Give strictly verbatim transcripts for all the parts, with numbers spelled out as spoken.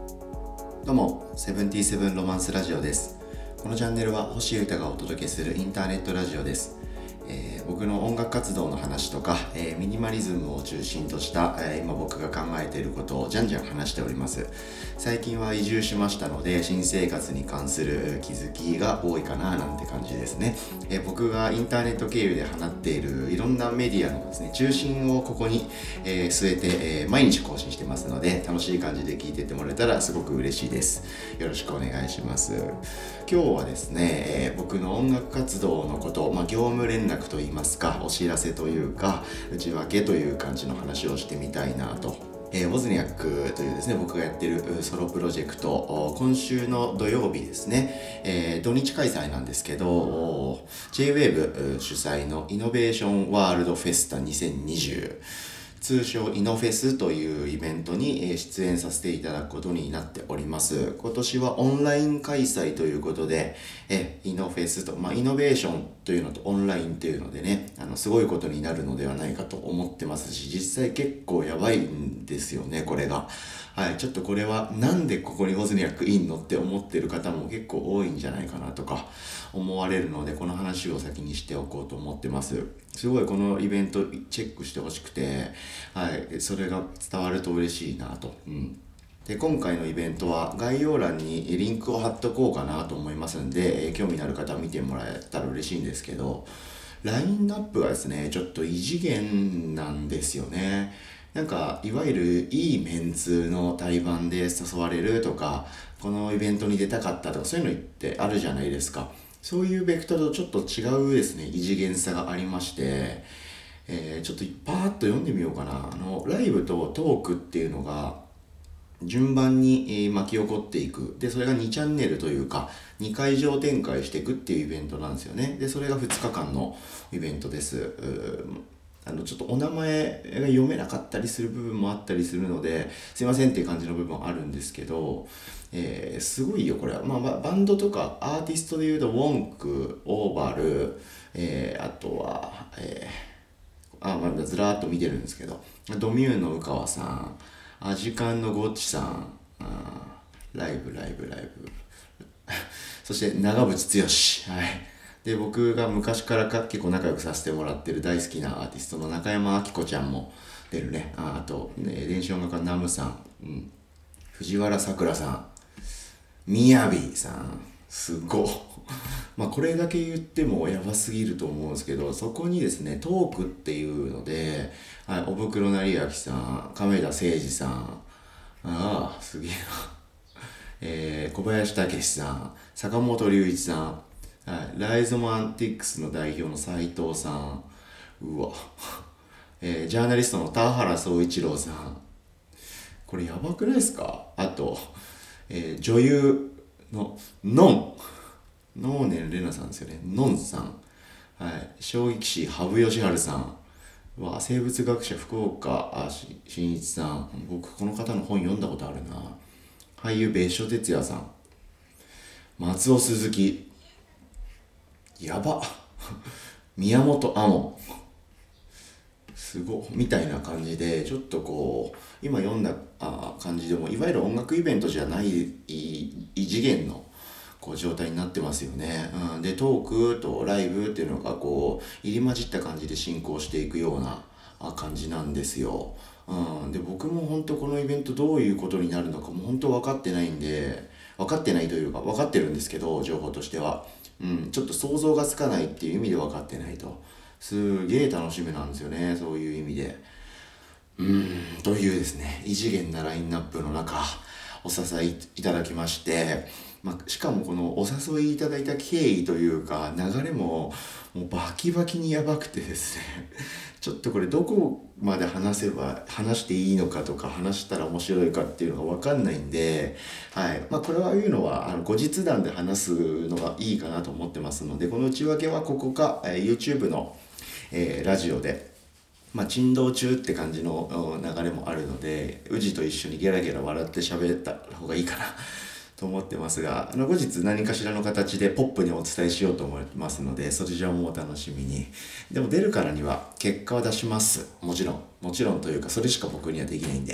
どうも、セブンティーセブンロマンスラジオです。このチャンネルは星優太がお届けするインターネットラジオです。えー僕の音楽活動の話とか、えーミニマリズムを中心とした、えー今僕が考えていることをじゃんじゃん話しております。最近は移住しましたので、新生活に関する気づきが多いかななんて感じですね。えー僕がインターネット経由で放っているいろんなメディアのですね、中心をここに、えー据えて、えー毎日更新してますので、楽しい感じで聞いてってもらえたらすごく嬉しいです。よろしくお願いします。今日はですね、えー僕の音楽活動のこと、まあ、業務連絡といいますか、お知らせというか、内訳という感じの話をしてみたいなと。えー、ウォズニャックというですね、僕がやってるソロプロジェクト、今週の土曜日ですね、えー土日開催なんですけど、ジェイウェーブ 主催のイノベーションワールドフェスタにせんにじゅう、通称イノフェスというイベントにえー出演させていただくことになっております。今年はオンライン開催ということで、えイノフェスと、まあ、イノベーションというのとオンラインというのでね、あのすごいことになるのではないかと思ってますし、実際結構やばいんですよね、これが。はい、ちょっとこれはなんでここにウォズニャックいんのって思ってる方も結構多いんじゃないかなとか思われるので、この話を先にしておこうと思ってます。すごいこのイベントチェックしてほしくて、はい、それが伝わると嬉しいなと。うん。で、今回のイベントは概要欄にリンクを貼っとこうかなと思いますんで、えー興味のある方は見てもらえたら嬉しいんですけど、ラインナップがですね、ちょっと異次元なんですよね。なんか、いわゆるいいメンツの対バンで誘われるとか、このイベントに出たかったとか、そういうのってあるじゃないですか。そういうベクトルとちょっと違うですね、異次元さがありまして、えーちょっとパーッと読んでみようかな。あの、ライブとトークっていうのが、順番に、えー巻き起こっていく。で、それがにチャンネルというか、に会場展開していくっていうイベントなんですよね。で、それがふつかかんのイベントです。うーあの、ちょっとお名前が読めなかったりする部分もあったりするので、すいませんっていう感じの部分はあるんですけど、えーすごいよ、これは。まあ、ババンドとかアーティストで言うと、ウォンク、オーバル、えーあとは、えーあ、まあ、ずらーっと見てるんですけど、ドミューンの宇川さん、アジカンのゴッチさん、あーライブ、ライブ、ライブ。そして長渕剛。はい。で、僕が昔からか結構仲良くさせてもらってる大好きなアーティストの中山明子ちゃんも出るね。あ、あと、ね、電子音楽家のナムさん、うん、藤原さくらさん、みやびさん、すごっ。まあこれだけ言ってもやばすぎると思うんですけど、そこにですね、トークっていうので、はい、おぶくろ成明さん、亀田誠二さん、ああ、すげえな。えー、小林武史さん、坂本龍一さん、はい、ライゾマンティックスの代表の斉藤さん、うわ、えージャーナリストの田原総一郎さん、これやばくないですか？あと、えー女優のノン、能年玲奈さんですよね。ノンさん。はい。将棋棋士、羽生善治さん。は生物学者、福岡あし真一さん。僕、この方の本読んだことあるな。俳優、別所哲也さん。松尾鈴木。やば。宮本亞門。すごみたいな感じで、ちょっとこう、今読んだあ感じでも、いわゆる音楽イベントじゃない異異次元のこう状態になってますよね。うん、で、トークとライブっていうのがこう、入り混じった感じで進行していくようなあ感じなんですよ。うん、で、僕も本当このイベントどういうことになるのかも本当分かってないんで、分かってないというか、分かってるんですけど、情報としては。うん、ちょっと想像がつかないっていう意味で分かってないと。すげえ楽しみなんですよね、そういう意味で。うーん、というですね、異次元なラインナップの中、お誘いいただきまして、まあ、しかもこのお誘いいただいた経緯というか、流れも、もうバキバキにやばくてですね、ちょっとこれどこまで話せば、話していいのかとか、話したら面白いかっていうのがわかんないんで、はい。まあ、これはいうのは、あの、後日談で話すのがいいかなと思ってますので、この内訳はここか、えー YouTube の、えーラジオで、まあ、珍道中って感じの流れもあるので、宇治と一緒にゲラゲラ笑って喋った方がいいかなと思ってますが、あの後日何かしらの形でポップにお伝えしようと思いますので、それじゃもうお楽しみに。でも出るからには結果は出します。もちろん。もちろんというか、それしか僕にはできないんで。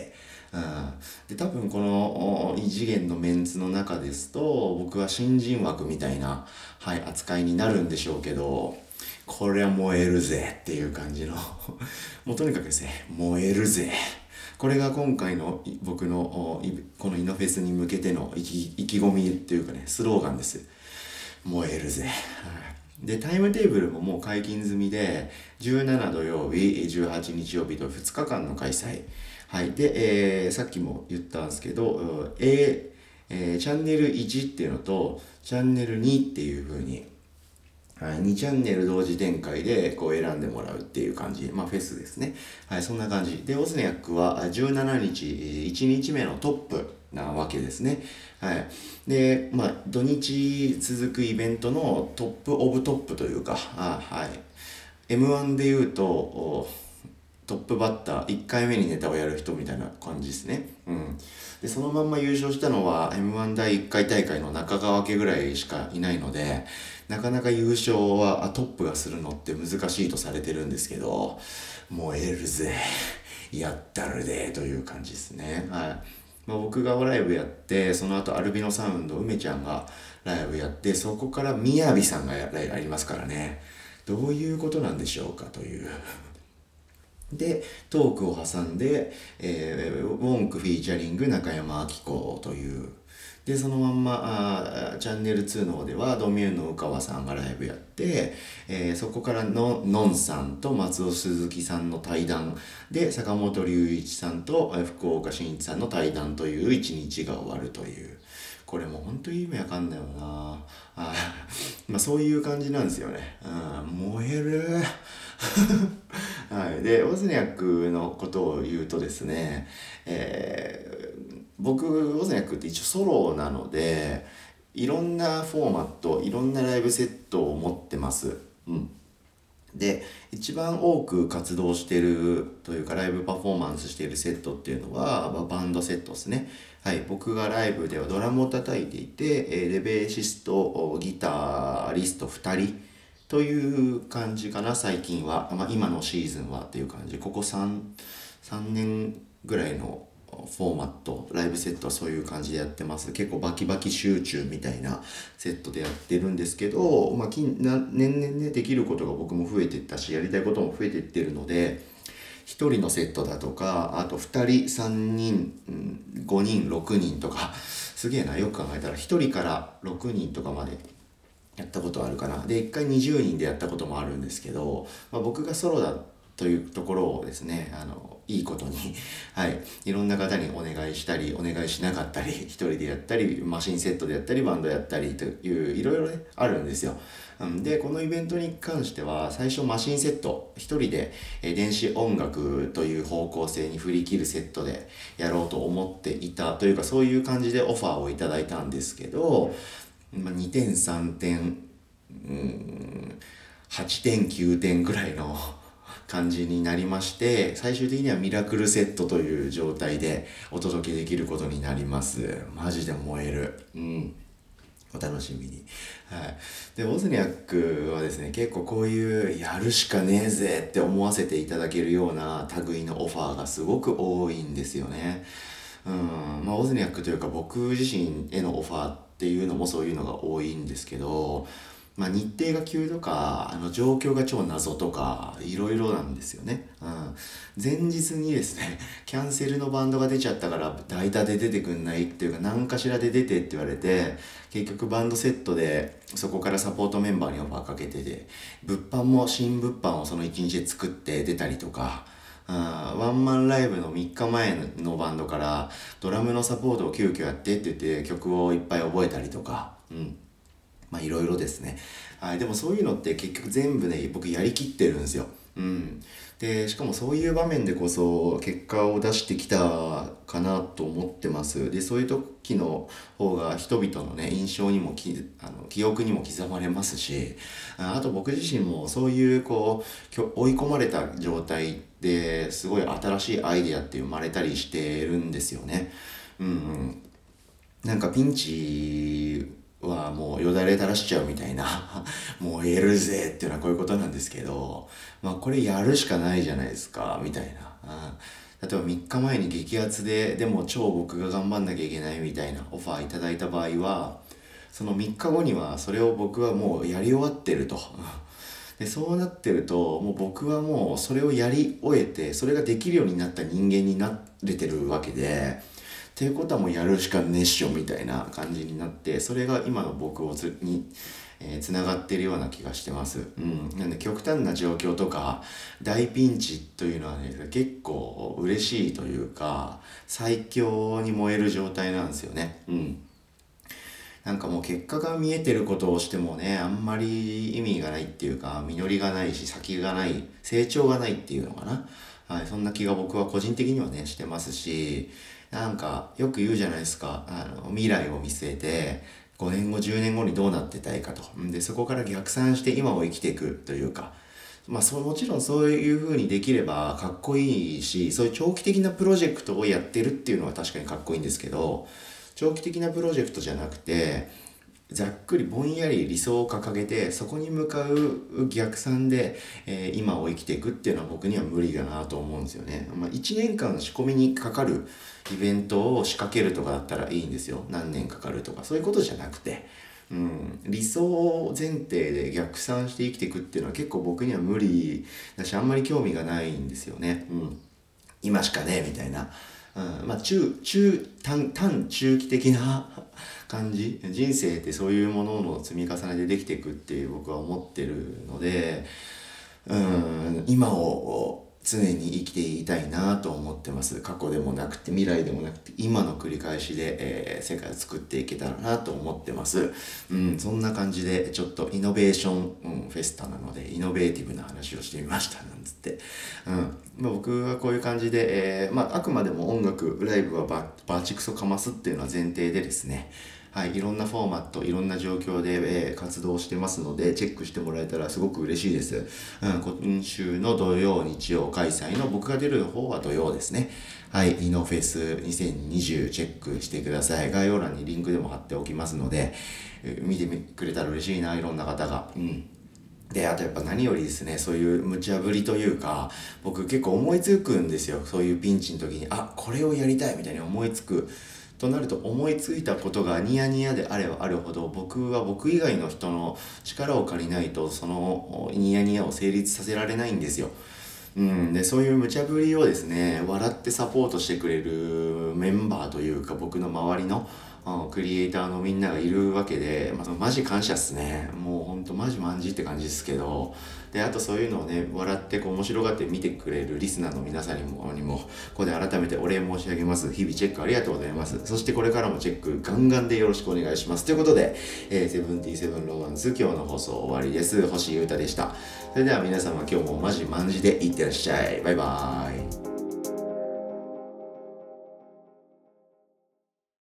うん、で多分このお異次元のメンツの中ですと僕は新人枠みたいな、はい、扱いになるんでしょうけど、これは燃えるぜっていう感じのもうとにかくですね、燃えるぜ、これが今回のい僕のおいこのイノフェスに向けての意気意気込みっていうかね、スローガンです。燃えるぜ。はい、でタイムテーブルももう解禁済みで、じゅうしち土曜日じゅうはち日曜日とふつかかんの開催。はい。で、えーさっきも言ったんですけど、うん A えーチャンネルいちっていうのとチャンネルにっていう風に、はい、にチャンネル同時展開でこう選んでもらうっていう感じ。まあフェスですね。はい、そんな感じ。で、オズニャックはじゅうしちにち、えーいちにちめのトップなわけですね。はい。で、まあ土日続くイベントのトップオブトップというか、あ、はい。エムワン で言うと、おトップバッターいっかいめにネタをやる人みたいな感じですね。うん。で、そのまんま優勝したのは エムワン 第いっかい大会の中川家ぐらいしかいないので、なかなか優勝はあトップがするのって難しいとされてるんですけど、燃えるぜ。やったるでという感じですね。はい。まあ、僕がライブやって、その後アルビノサウンド、梅ちゃんがライブやって、そこからみやびさんがややりますからね。どういうことなんでしょうかという。で、トークを挟んで、えーウォンクフィーチャリング中山明子という。で、そのまんま、あーチャンネルツーの方では、ドミューンの宇川さんがライブやって、えーそこからの、のんさんと松尾鈴木さんの対談で、坂本龍一さんとえー福岡伸一さんの対談という一日が終わるという。これもう本当に意味わかんないよなあ。まあそういう感じなんですよね。うん、燃える。はい。で、オズニャックのことを言うとですね、えー僕、オズニャックって一応ソロなので、いろんなフォーマット、いろんなライブセットを持ってます。うん。で、一番多く活動してるというか、ライブパフォーマンスしているセットっていうのは、まあ、バンドセットですね。はい。僕がライブではドラムを叩いていて、えーで、ベーシスト、ギタリストふたりという感じかな、最近は。まあ、今のシーズンはっていう感じ。ここさん、さんねんぐらいのフォーマット、ライブセットはそういう感じでやってます。結構バキバキ集中みたいなセットでやってるんですけど、まあ、近な年々ね、できることが僕も増えていったし、やりたいことも増えていってるので、ひとりのセットだとか、あとふたり、さんにん、うん、ごにん、ろくにんとか、すげえな、よく考えたらひとりからろくにんとかまでやったことあるかな。で、一回にじゅうにんでやったこともあるんですけど、まあ、僕がソロだというところをですね、あの、いいことに、はい、いろんな方にお願いしたり、お願いしなかったり、一人でやったり、マシンセットでやったり、バンドやったりという、いろいろね、あるんですよ。うんで、このイベントに関しては、最初マシンセット、一人で、えー電子音楽という方向性に振り切るセットでやろうと思っていたというか、そういう感じでオファーをいただいたんですけど、まあ、にてんさんてん、うーん、はってんきゅうてんぐらいの感じになりまして、最終的にはミラクルセットという状態でお届けできることになります。マジで燃える。うん。お楽しみに。はい。で、オズニャックはですね、結構こういうやるしかねえぜって思わせていただけるような類のオファーがすごく多いんですよね。うん。まあ、オズニャックというか僕自身へのオファーっていうのもそういうのが多いんですけど、まあ、日程が急とか、あの状況が超謎とか、いろいろなんですよね。うん。前日にですね、キャンセルのバンドが出ちゃったから代打で出てくんないっていうか何かしらで出てって言われて、結局バンドセットでそこからサポートメンバーにオファーかけてて、物販も新物販をその一日で作って出たりとか、うん、ワンマンライブのみっかまえのバンドからドラムのサポートを急遽やってって言って曲をいっぱい覚えたりとか、うん。まあいろいろですね。はい。でもそういうのって結局全部ね、僕やりきってるんですよ。うん。で、しかもそういう場面でこそ結果を出してきたかなと思ってます。で、そういう時の方が人々のね、印象にもき、あの、記憶にも刻まれますし、ああと僕自身もそういうこう、きょ追い込まれた状態ですごい新しいアイデアって生まれたりしてるんですよね。うんうん。なんかピンチはもうよだれ垂らしちゃうみたいなもうやるぜっていうのはこういうことなんですけど、まあこれやるしかないじゃないですか、みたいな。うん例えばみっかまえに激アツででも超僕が頑張んなきゃいけないみたいなオファーいただいた場合は、そのみっかごにはそれを僕はもうやり終わってるとでそうなってると、もう僕はもうそれをやり終えて、それができるようになった人間になれてるわけで、っていうことはもうやるしかねっしょみたいな感じになって、それが今の僕をつにえー、つながっているような気がしてます。うん。なんで極端な状況とか大ピンチというのはね、結構嬉しいというか、最強に燃える状態なんですよね。うん。なんかもう結果が見えてることをしてもね、あんまり意味がないっていうか、実りがないし、先がない、成長がないっていうのかな。はい、そんな気が僕は個人的にはね、してますし、なんかよく言うじゃないですか、あの、未来を見据えて、ごねんご、じゅうねんごにどうなってたいかと。で、そこから逆算して今を生きていくというか、まあ、そう、もちろんそういう風にできればかっこいいし、そういう長期的なプロジェクトをやってるっていうのは確かにかっこいいんですけど、長期的なプロジェクトじゃなくて、ざっくりぼんやり理想を掲げて、そこに向かう逆算で、えー今を生きていくっていうのは僕には無理だなと思うんですよね。まあ、いちねんかん仕込みにかかるイベントを仕掛けるとかだったらいいんですよ。何年かかるとか、そういうことじゃなくて、うん、理想を前提で逆算して生きていくっていうのは結構僕には無理だし、あんまり興味がないんですよね。うん。今しかねみたいな、うん、まあ中中短短中期的な感じ、人生ってそういうものの積み重ねでできていくっていう僕は思ってるので、うん、今を常に生きていたいなと思ってます。過去でもなくて未来でもなくて今の繰り返しで、えー世界を作っていけたらなと思ってます。うん、そんな感じでちょっとイノベーション、うん、フェスタなのでイノベーティブな話をしてみましたなんつって、うん、まあ、僕はこういう感じで、えーまあ、あくまでも音楽ライブはババチクソかますっていうのは前提でですね、はい、いろんなフォーマット、いろんな状況で、えー活動してますので、チェックしてもらえたらすごく嬉しいです。うん、今週の土曜、日曜開催の僕が出る方は土曜ですね。はい、イノフェスにせんにじゅうチェックしてください。概要欄にリンクでも貼っておきますので、えー見てくれたら嬉しいな、いろんな方が。うん。で、あとやっぱ何よりですね、そういう無茶ぶりというか、僕結構思いつくんですよ。そういうピンチの時に、あ、これをやりたいみたいに思いつく。となると思いついたことがニヤニヤであればあるほど、僕は僕以外の人の力を借りないとそのニヤニヤを成立させられないんですよ。うん、でそういう無茶ぶりをですね、笑ってサポートしてくれるメンバーというか僕の周りの、うん、クリエイターのみんながいるわけで、まあ、そのマジ感謝っすね。もうほんとマジマンジって感じですけど、であとそういうのをね笑ってこう面白がって見てくれるリスナーの皆さんにもにもここで改めてお礼申し上げます。日々チェックありがとうございます。そしてこれからもチェックガンガンでよろしくお願いします。ということで、えー、セブンティーセブンロマンス今日の放送終わりです。星優太でした。それでは皆様今日もマジマンジでいってらっしゃい。バイバーイ。